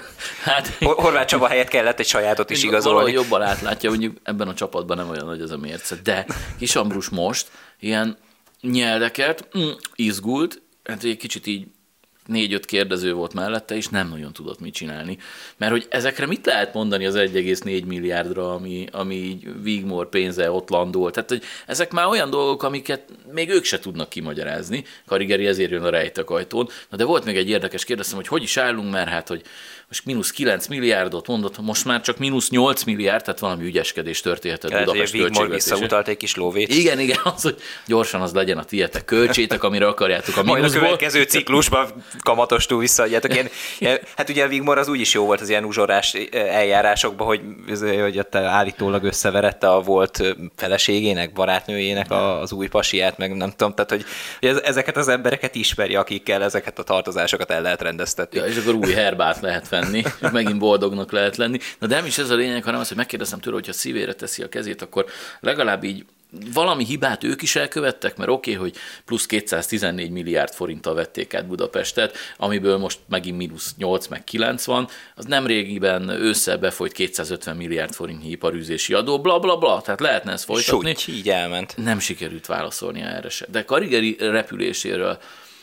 Hát, Horváth Csaba helyett kellett egy sajátot is igazolni. Valahogy jobban átlátja, mondjuk ebben a csapatban nem olyan nagy ez a mérce. De Kis Ambrus most ilyen nyelveket mm, izgult, hát egy kicsit így négy-öt kérdező volt mellette, és nem nagyon tudott mit csinálni. Mert hogy ezekre mit lehet mondani az egy egész négy milliárdra, ami, ami így Wigmore pénze ott landol. Tehát, hogy ezek már olyan dolgok, amiket még ők se tudnak kimagyarázni. Karigeri ezért jön a rejtek ajtón. Na de volt még egy érdekes, kérdeztem, hogy hogy is állunk, mert hát, hogy most mínusz kilenc milliárdot mondott, most már csak mínusz nyolc milliárd, tehát valami ügyeskedés történhetett Budapest költségvetése. Visszautalt egy kis lóvét. Igen, igen, az, hogy gyorsan az legyen a tietek, költsétek, amire akarjátok a mínuszból. Majd a következő ciklusban kamatostul visszaadjátok. Ilyen, ilyen, hát ugye a Wigmore az úgyis jó volt az ilyen uzsorás eljárásokban, hogy, hogy ott állítólag összeverette a volt feleségének, barátnőjének az új pasiát, meg nem tudom, tehát hogy, hogy ezeket az embereket ismeri, akikkel ezeket a tartozásokat el lehet rendeztetni. Ja, és akkor új herbát lehet venni, és megint boldognak lehet lenni. Na de nem is ez a lényeg, hanem az, hogy megkérdeztem tőle, hogyha szívére teszi a kezét, akkor legalább így valami hibát ők is elkövettek, mert oké, okay, hogy plusz kétszáztizennégy milliárd forinttal vették át Budapestet, amiből most megint mínusz nyolc meg kilenc van, az nem régiben ősszel befolyt kétszázötven milliárd forintnyi iparűzési adó, bla bla bla, tehát lehetne ezt folytatni. Súgy, így elment. Nem sikerült válaszolni erre se. De Karigeri repüléséről,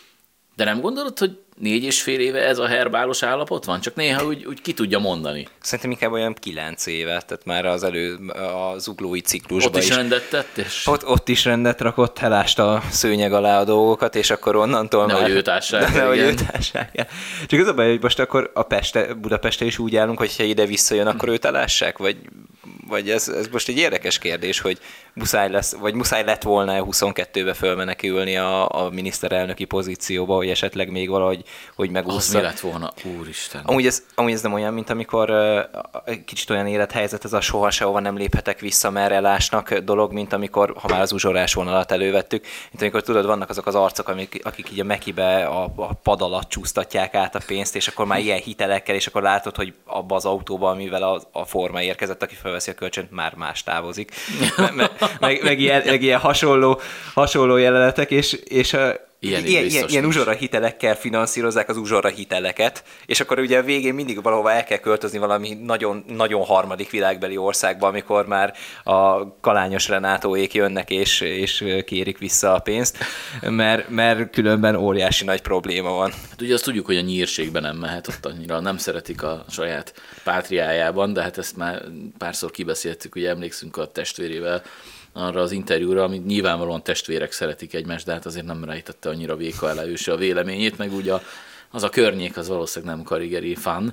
de nem gondolod, hogy négy és fél éve ez a herbálos állapot van? Csak néha úgy, úgy ki tudja mondani. Szerintem inkább olyan kilenc éve, tehát már az elő a zuglói ciklusban ott is. is rendet tett? És... Ott, ott is rendet rakott, elásta a szőnyeg alá a dolgokat, és akkor onnantól nehogy már... őt ássák. Nehogy őt ássák. Csak az a baj, hogy most akkor a Peste, Budapestre is úgy állunk, hogy ha ide visszajön, akkor őt elássák? Vagy, vagy ez, ez most egy érdekes kérdés, hogy muszáj lesz, vagy muszáj lett volna huszonkettőbe fölmenekülni a, a miniszterelnöki pozícióba, hogy esetleg még valahogy hogy megúszza. Az mi lett volna? Úristen. Amúgy ez, amúgy ez nem olyan, mint amikor uh, kicsit olyan élethelyzet, ez a soha sehova nem léphetek vissza, merre elásnak dolog, mint amikor, ha már az uzsorás vonalat elővettük, mint amikor tudod, vannak azok az arcok, amik, akik így a Mekibe a, a pad alatt csúsztatják át a pénzt, és akkor már ilyen hitelekkel, és akkor látod, hogy abba az autóba, amivel a, a forma érkezett, aki felveszi a kölcsönt, már más távozik. me, me, meg, meg, ilyen, meg ilyen hasonló, hasonló jelenetek, és, és Ilyen, ilyen, ilyen, ilyen uzsora hitelekkel finanszírozzák az uzsora hiteleket, és akkor ugye a végén mindig valahova el kell költözni valami nagyon, nagyon harmadik világbeli országba, amikor már a Kalányos Renátóék jönnek és, és kérik vissza a pénzt, mert, mert különben óriási nagy probléma van. Hát ugye azt tudjuk, hogy a nyírségben nem mehet, ott annyira nem szeretik a saját pátriájában, de hát ezt már párszor kibeszéltük, hogy emlékszünk a testvérével arra az interjúra, amit nyilvánvalóan testvérek szeretik egymást, de hát azért nem rejtette annyira véka alá ő se a véleményét, meg ugye a, az a környék az valószínűleg nem Karigeri fan,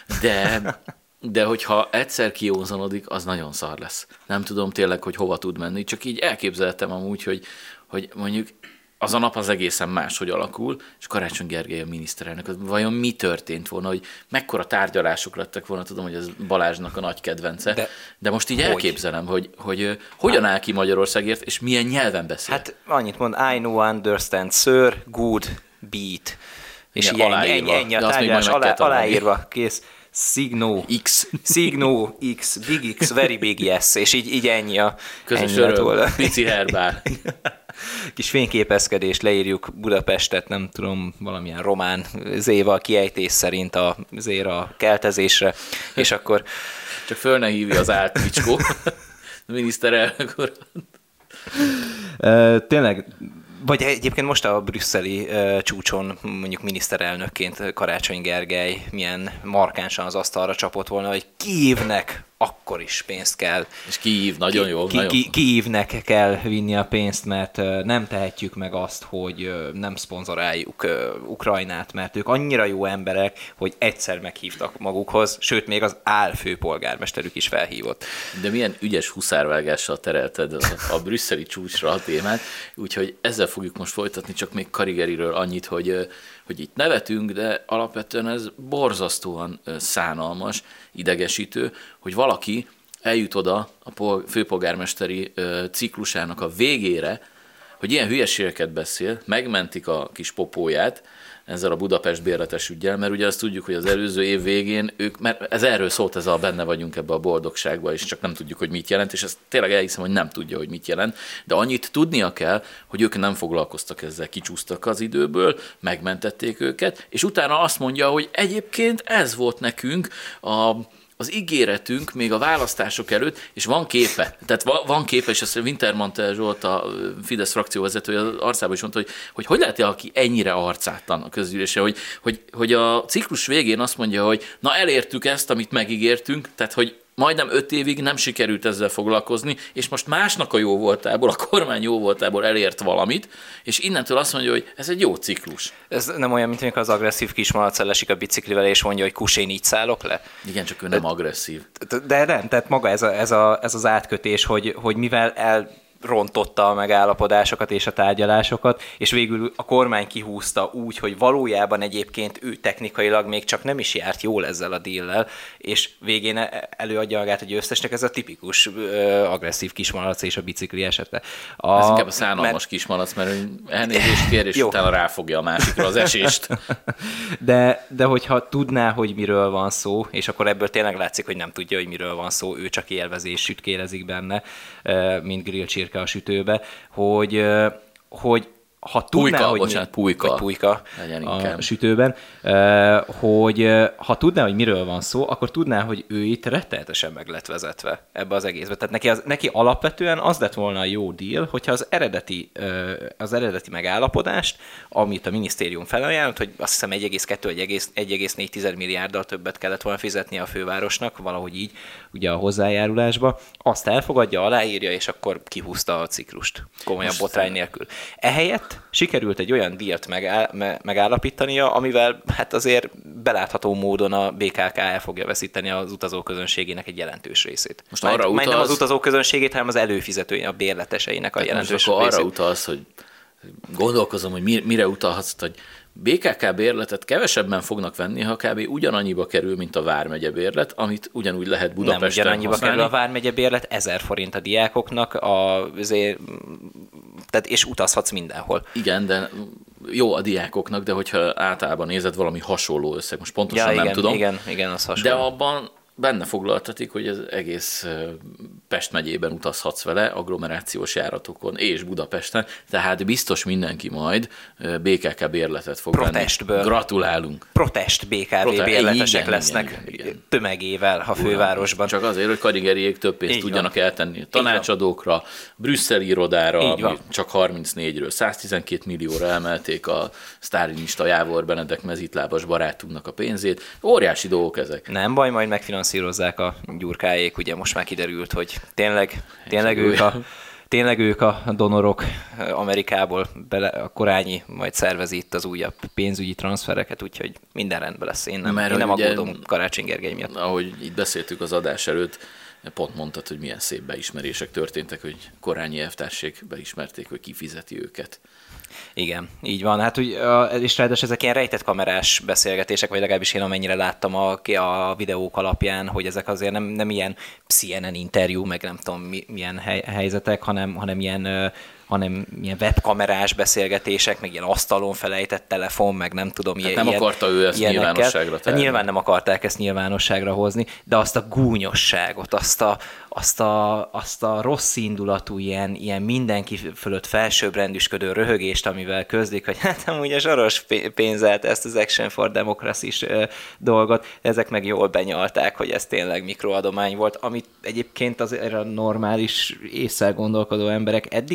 de, de hogyha egyszer kiózanodik, az nagyon szar lesz. Nem tudom tényleg, hogy hova tud menni, csak így elképzeltem amúgy, hogy, hogy mondjuk az a nap az egészen máshogy alakul, és Karácsony Gergely a miniszterelnök, vajon mi történt volna, hogy mekkora tárgyalások lettek volna, tudom, hogy ez Balázsnak a nagy kedvence, de, de most így hogy? elképzelem, hogy, hogy hogyan áll ki Magyarországért, és milyen nyelven beszél. Hát annyit mond, I know, understand, sir, good, beat. És ilyen, ennyi, ennyi a tárgyalás, alá, aláírva, kész. Signo X. Signo X, big X, very big yes, és így, így ennyi a... Közös öröm, pici herbál. Kis fényképezkedést, leírjuk Budapestet, nem tudom, valamilyen román zéval kiejtés szerint a zéra a keltezésre, és akkor... Csak föl ne hívja az áltvicskó, a miniszterelnök urat. Tényleg, vagy egyébként most a brüsszeli uh, csúcson mondjuk miniszterelnökként Karácsony Gergely milyen markánsan az asztalra csapott volna, hogy Kijevnek akkor akkor is pénzt kell. És Kijív, nagyon ki, jó. Ki, nagyon. ki, Kijívnek kell vinni a pénzt, mert nem tehetjük meg azt, hogy nem szponzoráljuk Ukrajnát, mert ők annyira jó emberek, hogy egyszer meghívtak magukhoz, sőt, még az álfőpolgármesterük is felhívott. De milyen ügyes huszárvágással terelted a, a brüsszeli csúcsra a témát, úgyhogy ezzel fogjuk most folytatni, csak még Karigeriről annyit, hogy, hogy itt nevetünk, de alapvetően ez borzasztóan szánalmas, idegesítő, hogy valaki eljut oda a főpolgármesteri ciklusának a végére, hogy ilyen hülyeségeket beszél, megmentik a kis popóját ezzel a Budapest bérletes üggyel, mert ugye azt tudjuk, hogy az előző év végén ők, mert ez erről szólt, ez a benne vagyunk ebbe a boldogságba, és csak nem tudjuk, hogy mit jelent, és ezt tényleg elhiszem, hogy nem tudja, hogy mit jelent, de annyit tudnia kell, hogy ők nem foglalkoztak ezzel, kicsúsztak az időből, megmentették őket, és utána azt mondja, hogy egyébként ez volt nekünk a az ígéretünk még a választások előtt, és van képe, tehát van, van képe, és ezt Wintermantel Zsolt, a Fidesz frakcióvezetője az arcában is mondta, hogy hogy, hogy lehet, aki ennyire arcátlan a közgyűlésen, hogy, hogy, hogy a ciklus végén azt mondja, hogy na elértük ezt, amit megígértünk, tehát hogy majdnem öt évig nem sikerült ezzel foglalkozni, és most másnak a jó voltából, a kormány jó voltából elért valamit, és innentől azt mondja, hogy ez egy jó ciklus. Ez nem olyan, mint amikor az agresszív kismalac lesik a biciklivel, és mondja, hogy kusén így szállok le? Igen, csak ő nem agresszív. De nem, tehát maga ez, a, ez, a, ez az átkötés, hogy, hogy mivel el rontotta a megállapodásokat és a tárgyalásokat, és végül a kormány kihúzta úgy, hogy valójában egyébként ő technikailag még csak nem is járt jól ezzel a díllel, és végén előadja magát a győztesnek, ez a tipikus uh, agresszív kismalac és a bicikli esete. A, ez inkább a szánalmas mert... kismalac, mert elnézést kér, és jó. Utána ráfogja a másikra az esést. de, de hogyha tudná, hogy miről van szó, és akkor ebből tényleg látszik, hogy nem tudja, hogy miről van szó, ő csak élvezés sütkérezik benne, mint grillcsirke a sütőbe, hogy, hogy ha tudná, pulyka, hogy bocsánat, pulyka, pulyka a sütőben, hogy ha tudná, hogy miről van szó, akkor tudná, hogy ő itt rettenetesen meg lett vezetve ebbe az egészbe. Tehát neki, az, neki alapvetően az lett volna a jó deal, hogyha az eredeti, az eredeti megállapodást, amit a minisztérium felajánlott, hogy azt hiszem egy egész kettő egy egész négy milliárddal többet kellett volna fizetni a fővárosnak, valahogy így ugye a hozzájárulásba, azt elfogadja, aláírja, és akkor kihúzta a ciklust komolyabb botrány nélkül. Ehelyett sikerült egy olyan díjat megáll, me, megállapítania, amivel hát azért belátható módon a bé ká ká el fogja veszíteni az utazóközönségének egy jelentős részét. Most arra utalsz... Majd nem az utazóközönségét, hanem az előfizetői, a bérleteseinek a jelentős most akkor részét. Arra utalsz, hogy gondolkozom, hogy mire utalhatsz, hogy bé ká ká bérletet kevesebben fognak venni, ha kb. Ugyanannyiba kerül, mint a Vármegye bérlet, amit ugyanúgy lehet Budapesten használni. Nem ugyanannyiba használni. kerül a Vármegye bérlet, ezer forint a diákoknak, a, azért, tehát, és utazhatsz mindenhol. Igen, de jó a diákoknak, de hogyha általában nézed valami hasonló összeg, most pontosan ja, nem igen, tudom. Igen, igen, az hasonló. De abban benne foglaltatik, hogy az egész Pest megyében utazhatsz vele, agglomerációs járatokon és Budapesten, tehát biztos mindenki majd bé ká ká bérletet fog Protestből. venni. Gratulálunk. Protest bé ká vé Prote- bérletesek igen, lesznek igen, igen, igen. tömegével a fővárosban. Csak azért, hogy karigeriék több pénzt így tudjanak van. eltenni tanácsadókra, brüsszeli irodára, csak harmincnégyről száztizenkét millióra emelték a sztálinista Jávor Benedek mezítlábas barátunknak a pénzét. Óriási dolgok ezek. Nem baj, majd megfinanszírozzák a Gyurkáék, ugye most már kiderült, hogy tényleg, tényleg ők a Tényleg ők a donorok Amerikából, bele, a Korányi majd szervezi itt az újabb pénzügyi transfereket, úgyhogy minden rendben lesz. Én nem, én nem aggódom Karácsony Gergely miatt. Ahogy itt beszéltük az adás előtt, pont mondtad, hogy milyen szép beismerések történtek, hogy Korányi elvtársék beismerték, hogy ki fizeti őket. Igen, így van. Hát, úgy, és ráadásul ezek ilyen rejtett kamerás beszélgetések, vagy legalábbis én amennyire láttam a, a videók alapján, hogy ezek azért nem, nem ilyen cé en en interjú, meg nem tudom milyen hely, helyzetek, hanem, hanem ilyen hanem ilyen webkamerás beszélgetések, meg ilyen asztalon felejtett telefon, meg nem tudom, hát ilyen, nem akarta ő ezt ilyenekkel. nyilvánosságra tenni. Nyilván nem akarták ezt nyilvánosságra hozni, de azt a gúnyosságot, azt a, azt a, azt a rossz indulatú ilyen, ilyen mindenki fölött felsőbbrendűsködő röhögést, amivel közlik, hogy hát amúgy a Soros pénzelt ezt az Action for Democracy-s dolgot, ezek meg jól benyalták, hogy ez tényleg mikroadomány volt, amit egyébként azért a normális ésszel gondolkodó emberek eddig sem hittek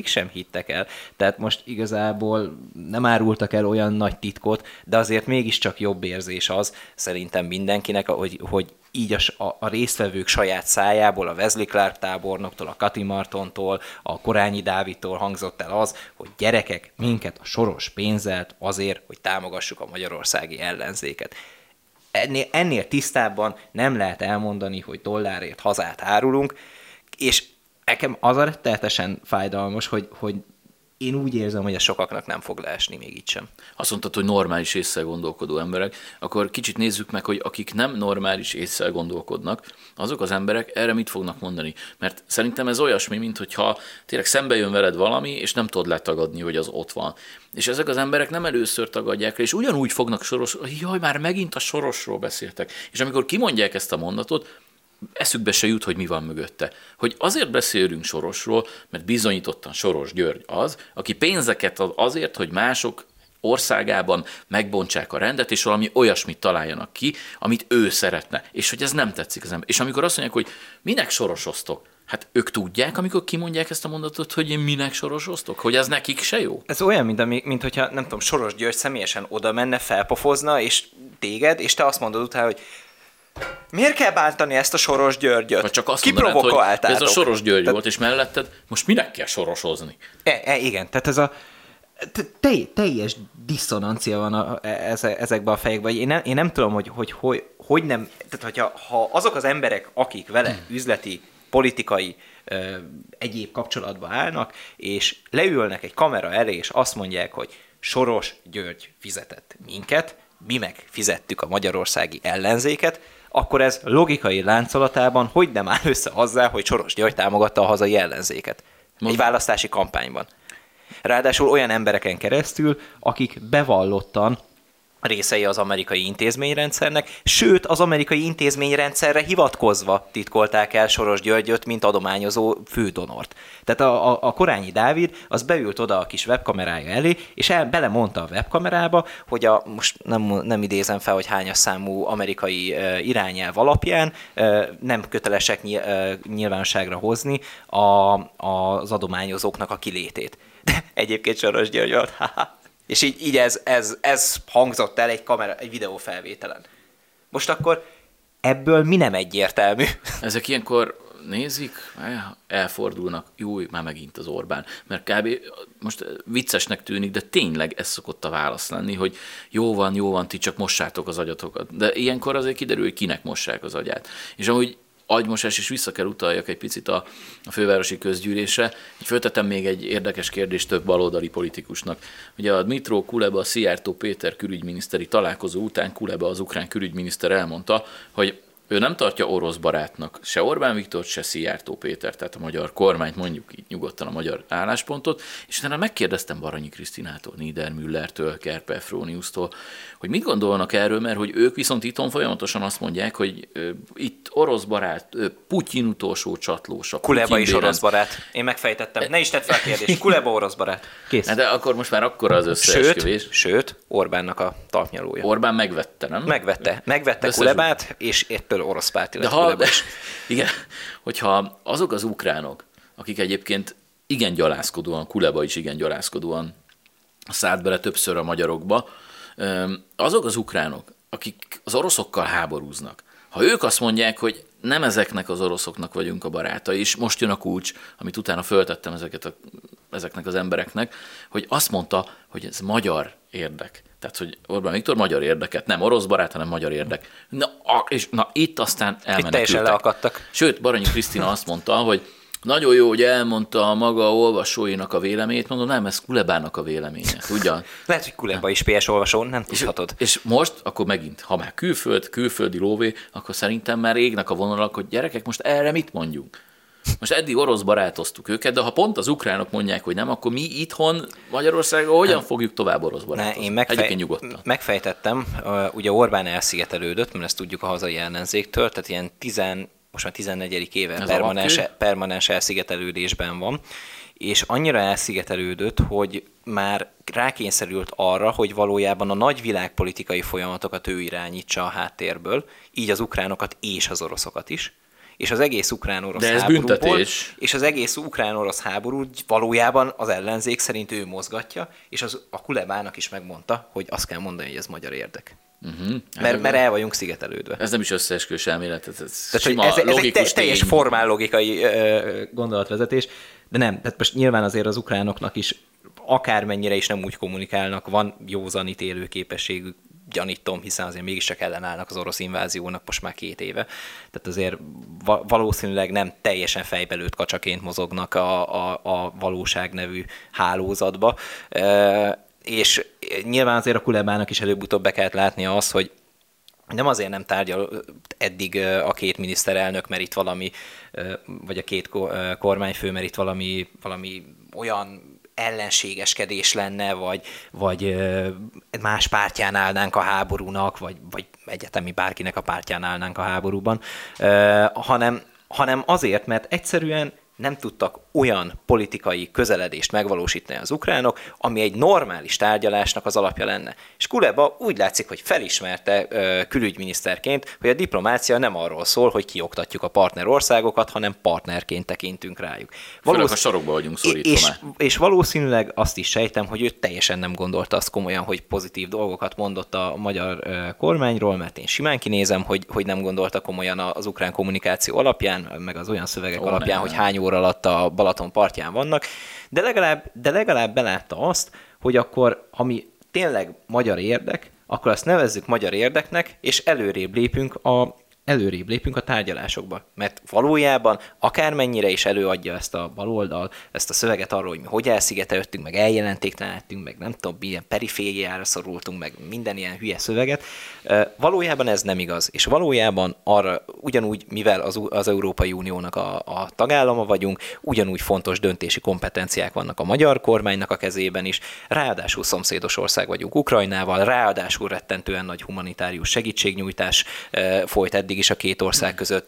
hittek el. Tehát most igazából nem árultak el olyan nagy titkot, de azért mégiscsak jobb érzés az szerintem mindenkinek, hogy, hogy így a, a résztvevők saját szájából, a Wesley Clark tábornoktól, a Kati Martontól, a Korányi Dávidtól hangzott el az, hogy gyerekek, minket a Soros pénzelt azért, hogy támogassuk a magyarországi ellenzéket. Ennél, ennél tisztábban nem lehet elmondani, hogy dollárért hazát árulunk, és nekem az a rettenetesen fájdalmas, hogy, hogy én úgy érzem, hogy ez sokaknak nem fog leesni még itt sem. Azt mondtad, hogy normális ésszel gondolkodó emberek, akkor kicsit nézzük meg, hogy akik nem normális ésszel gondolkodnak, azok az emberek erre mit fognak mondani. Mert szerintem ez olyasmi, mintha tényleg szembe jön veled valami, és nem tudod letagadni, hogy az ott van. És ezek az emberek nem először tagadják le, és ugyanúgy fognak Soros, jaj, már megint a Sorosról beszéltek. És amikor kimondják ezt a mondatot, eszükbe se jut, hogy mi van mögötte. Hogy azért beszélünk Sorosról, mert bizonyítottan Soros György az, aki pénzeket ad azért, hogy mások országában megbontsák a rendet, és valami olyasmit találjanak ki, amit ő szeretne. És hogy ez nem tetszik az ember. És amikor azt mondják, hogy minek sorosoztok, hát ők tudják, amikor kimondják ezt a mondatot, hogy minek sorosoztok? Hogy ez nekik se jó? Ez olyan, mint, ami, mint hogyha, nem tudom, Soros György személyesen oda menne, felpofozna, és téged, és te azt mondod utána, hogy miért kell bántani ezt a Soros Györgyöt? Vagy csak azt mondanád, hogy ez a Soros György tehát... volt, és melletted most minek kell sorosozni? E, e, igen, tehát ez a te, teljes diszonancia van a, ezekben a fejekben. Én nem, én nem tudom, hogy hogy, hogy, hogy nem, tehát hogyha, ha azok az emberek, akik vele üzleti, politikai, ö, egyéb kapcsolatban állnak, és leülnek egy kamera elé, és azt mondják, hogy Soros György fizetett minket, mi meg fizettük a magyarországi ellenzéket, akkor ez logikai láncolatában hogy nem áll össze azzal, hogy Soros György támogatta a hazai ellenzéket egy választási kampányban. Ráadásul olyan embereken keresztül, akik bevallottan részei az amerikai intézményrendszernek, sőt az amerikai intézményrendszerre hivatkozva titkolták el Soros Györgyöt, mint adományozó fődonort. Tehát a, a, a Korányi Dávid az beült oda a kis webkamerája elé, és el, belemondta a webkamerába, hogy a, most nem, nem idézem fel, hogy hányas számú amerikai uh, irányelv alapján uh, nem kötelesek ny, uh, nyilvánosságra hozni a, az adományozóknak a kilétét. De egyébként Soros György volt, haha. És így, így ez, ez, ez hangzott el egy, kamera, egy videófelvételen. Most akkor ebből mi nem egyértelmű? Ezek ilyenkor nézik, elfordulnak, júj, már megint az Orbán. Mert kb. Most viccesnek tűnik, de tényleg ez szokott a válasz lenni, hogy jó van, jó van, ti csak mossátok az agyatokat. De ilyenkor azért kiderül, hogy kinek mossák az agyát. És amúgy agymosás, és vissza kell utaljak egy picit a, a fővárosi közgyűlésre. Így föltettem még egy érdekes kérdést több baloldali politikusnak. Ugye a Dmytro Kuleba, a Szijjártó Péter külügyminiszteri találkozó után Kuleba, az ukrán külügyminiszter elmondta, hogy ő nem tartja orosz barátnak se Orbán Viktort, se Szijjártó Péter, tehát a magyar kormányt, mondjuk így nyugodtan a magyar álláspontot, és utána megkérdeztem Baranyi Krisztinától, Niedermüllertől, Kerper Fróniusztól, hogy mit gondolnak erről, mert hogy ők viszont itthon folyamatosan azt mondják, hogy ö, itt orosz barát, ö, Putyin utolsó csatlósa. Kuleba is orosz barát. Én megfejtettem. Ne is tedd fel a kérdést. Kuleba orosz barát. Kész. De akkor most már akkora az összeesküvés. Sőt, sőt, Orbánnak a talpnyalója. Orbán megvette, nem? Megvette. Megvette Kulebát, és ettől orosz párti lett ha, Kuleba is. Igen, hogyha azok az ukránok, akik egyébként igen gyalázkodóan, Kuleba is igen gyalázkodóan szállt bele többször a magyarokba, azok az ukránok, akik az oroszokkal háborúznak, ha ők azt mondják, hogy nem ezeknek az oroszoknak vagyunk a barátai, és most jön a kulcs, amit utána föltettem ezeket a, ezeknek az embereknek, hogy azt mondta, hogy ez magyar érdek. Tehát, hogy Orbán Viktor magyar érdeket, nem orosz barát, hanem magyar érdek. Na, és na itt aztán elmenekültek. Itt teljesen leakadtak. Sőt, Baranyi Krisztina azt mondta, hogy nagyon jó, hogy elmondta a maga olvasóinak a véleményét, mondom, nem, ez Kulebának a véleménye, tudja? Lehet, hogy Kuleba is pé es olvasó, nem tudhatod. És, és most, akkor megint, ha már külföld, külföldi lóvé, akkor szerintem már égnek a vonalak, hogy gyerekek, most erre mit mondjunk? Most eddig orosz barátoztuk őket, de ha pont az ukránok mondják, hogy nem, akkor mi itthon Magyarországon hogyan nem. fogjuk tovább orosz barátozni? Ne, én megfej... megfejtettem, ugye Orbán elszigetelődött, mert ezt tudjuk a hazai ellenzéktől, tehát ilyen tizen most már tizennegyedik éve permanens, permanens elszigetelődésben van, és annyira elszigetelődött, hogy már rákényszerült arra, hogy valójában a nagy világpolitikai folyamatokat ő irányítsa a háttérből, így az ukránokat és az oroszokat is, és az egész ukrán-orosz De ez háborúból, büntetés. és az egész ukrán-orosz háború valójában az ellenzék szerint ő mozgatja, és az, a Kulebának is megmondta, hogy azt kell mondani, hogy ez magyar érdek. Uh-huh. Mert, mert el vagyunk szigetelődve. Ez nem is összeesküvés elmélet, ez, ez tehát, sima, ez, ez logikus egy teljes tény. formál logikai ö, gondolatvezetés, de nem, tehát most nyilván azért az ukránoknak is akármennyire is nem úgy kommunikálnak, van józan ítélő képességük, gyanítom, hiszen azért mégiscsak ellenállnak az orosz inváziónak most már két éve. Tehát azért va- valószínűleg nem teljesen fejbelőtt kacsaként mozognak a, a, a valóság nevű hálózatba. E, és nyilván azért a Kulebának is előbb-utóbb be kellett látnia azt, hogy nem azért nem tárgyal eddig a két miniszterelnök, mert itt valami, vagy a két kormányfő, mert itt valami, valami olyan ellenségeskedés lenne, vagy, vagy más pártján állnánk a háborúnak, vagy, vagy egyetemi bárkinek a pártján állnánk a háborúban, hanem, hanem azért, mert egyszerűen nem tudtak olyan politikai közeledést megvalósítani az ukránok, ami egy normális tárgyalásnak az alapja lenne. És Kuleba úgy látszik, hogy felismerte ö, külügyminiszterként, hogy a diplomácia nem arról szól, hogy kioktatjuk a partnerországokat, hanem partnerként tekintünk rájuk. Valósz... Főleg a sarokba vagyunk szorítva és, már. És valószínűleg azt is sejtem, hogy ő teljesen nem gondolta azt komolyan, hogy pozitív dolgokat mondott a magyar ö, kormányról, mert én simán kinézem, hogy, hogy nem gondolta komolyan az ukrán kommunikáció alapján, meg az olyan szövegek Ó, alapján, nem. hogy hány óra alatt a Balaton partján vannak, de legalább, de legalább belátta azt, hogy akkor, ami tényleg magyar érdek, akkor azt nevezzük magyar érdeknek, és előrébb lépünk a, előrébb lépünk a tárgyalásokba. Mert valójában akármennyire is előadja ezt a baloldal, ezt a szöveget arról, hogy mi hogy elszigetelődtünk, meg eljelentéktelenettünk, meg nem tudom, milyen perifériára szorultunk, meg minden ilyen hülye szöveget, valójában ez nem igaz. És valójában arra, ugyanúgy, mivel az, az Európai Uniónak a, a tagállama vagyunk, ugyanúgy fontos döntési kompetenciák vannak a magyar kormánynak a kezében is, ráadásul szomszédos ország vagyunk Ukrajnával, ráadásul rettentően nagy humanitárius segítségnyújtás folyt eddig is a két ország között.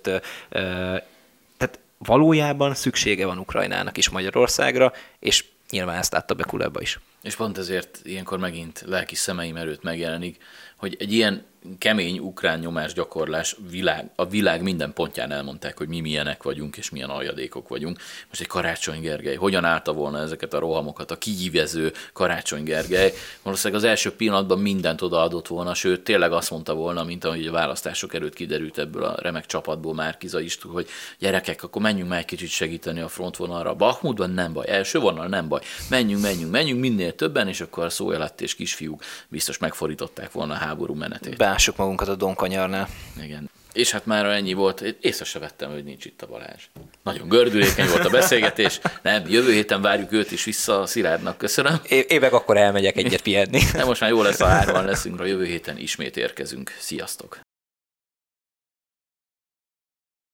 Tehát valójában szüksége van Ukrajnának is Magyarországra, és nyilván ezt látta be Kuleba is. És pont ezért ilyenkor megint lelki szemeim előtt megjelenik, hogy egy ilyen kemény ukrán nyomásgyakorlás világ, a világ minden pontján elmondták, hogy mi milyenek vagyunk, és milyen aljadékok vagyunk. Most egy Karácsony Gergely, hogyan állta volna ezeket a rohamokat, a kiívező Karácsony Gergely? Valószínűleg az első pillanatban mindent odaadott volna, sőt, tényleg azt mondta volna, mint ahogy a választások előtt kiderült ebből a remek csapatból Márki-Zay István, hogy gyerekek, akkor menjünk már egy kicsit segíteni a frontvonalra. Bahmutban nem baj, első vonal nem baj. Menjünk, menjünk, menjünk minél többen, és akkor a Szója és kisfiúk biztos megfordították volna a háború menetét. Beássuk magunkat a Donkanyarnál. Igen. És hát már ennyi volt, észre se vettem, hogy nincs itt a Balázs. Nagyon gördülékeny volt a beszélgetés. Nem, jövő héten várjuk őt is vissza a Szilárdnak. Köszönöm. Én meg akkor elmegyek egyet pihenni. Nem, most már jó lesz, a hárman leszünk, a jövő héten ismét érkezünk. Sziasztok!